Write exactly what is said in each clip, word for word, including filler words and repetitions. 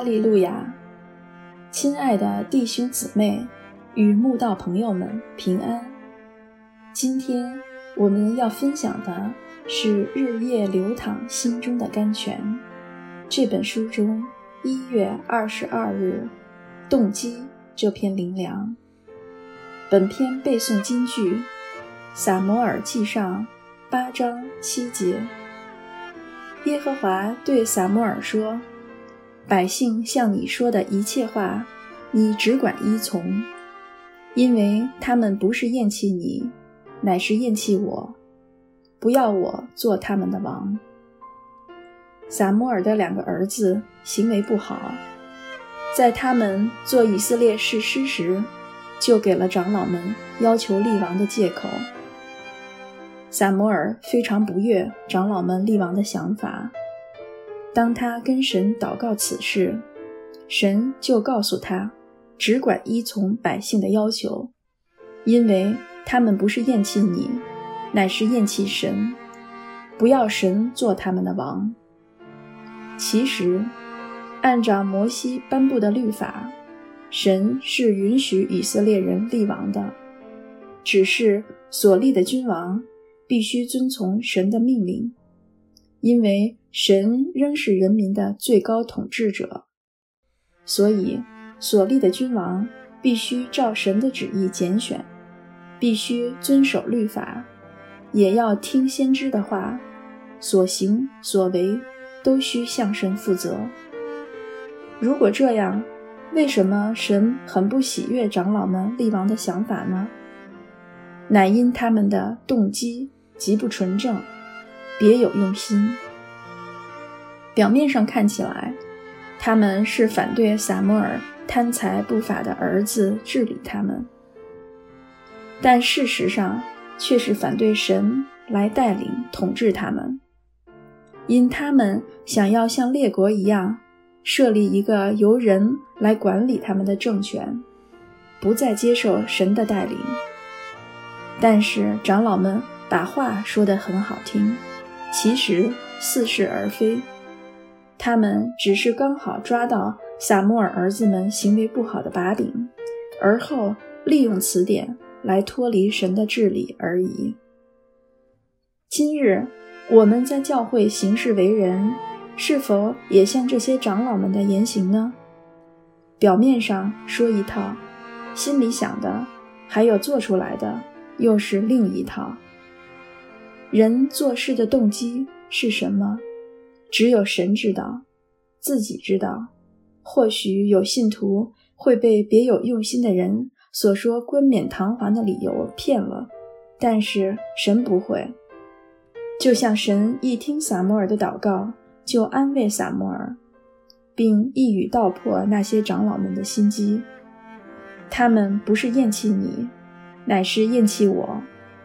利路亚！亲爱的弟兄姊妹与慕道朋友们平安。今天我们要分享的是日夜流淌心中的甘泉这本书中一月二十二日动机这篇灵粮。本篇背诵金句撒母耳记上八章七节。耶和华对撒母耳说，百姓向你说的一切话，你只管依从，因为他们不是厌弃你，乃是厌弃我，不要我做他们的王。撒母耳的两个儿子行为不好，在他们做以色列士师时，就给了长老们要求立王的借口。撒母耳非常不悦长老们立王的想法，当他跟神祷告此事，神就告诉他只管依从百姓的要求，因为他们不是厌弃你，乃是厌弃神，不要神做他们的王。其实按照摩西颁布的律法，神是允许以色列人立王的，只是所立的君王必须遵从神的命令，因为神仍是人民的最高统治者，所以所立的君王必须照神的旨意拣选，必须遵守律法，也要听先知的话，所行所为都需向神负责。如果这样，为什么神很不喜悦长老们立王的想法呢？乃因他们的动机极不纯正，别有用心。表面上看起来，他们是反对撒母耳贪财不法的儿子治理他们，但事实上却是反对神来带领统治他们，因他们想要像列国一样设立一个由人来管理他们的政权，不再接受神的带领。但是长老们把话说得很好听，其实似是而非，他们只是刚好抓到撒母耳儿子们行为不好的把柄，而后利用此点来脱离神的治理而已。今日我们在教会行事为人，是否也像这些长老们的言行呢？表面上说一套，心里想的还有做出来的又是另一套。人做事的动机是什么？只有神知道，自己知道。或许有信徒会被别有用心的人所说冠冕堂皇的理由骗了，但是神不会。就像神一听撒母耳的祷告，就安慰撒母耳，并一语道破那些长老们的心机。他们不是厌弃你，乃是厌弃我。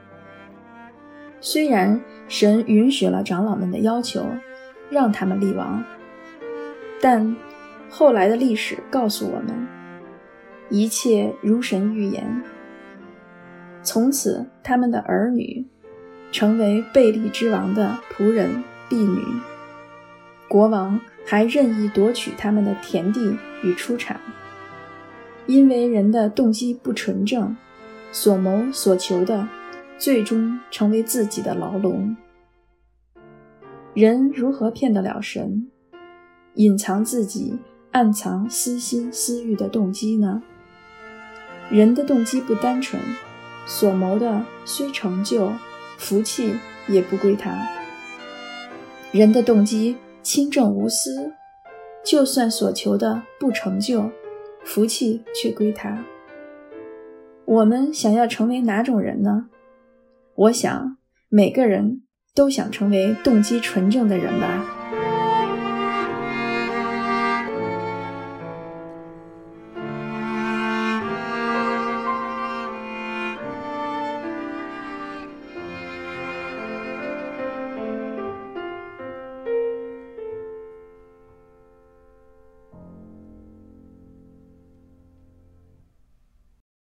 虽然神允许了长老们的要求，让他们立王，但后来的历史告诉我们，一切如神预言。从此他们的儿女成为悖逆之王的仆人婢女，国王还任意夺取他们的田地与出产。因为人的动机不纯正，所谋所求的最终成为自己的牢笼。人如何骗得了神，隐藏自己暗藏私心私欲的动机呢？人的动机不单纯，所谋的虽成就，福气也不归他。人的动机清正无私，就算所求的不成就，福气却归他。我们想要成为哪种人呢？我想每个人都想成为动机纯正的人吧。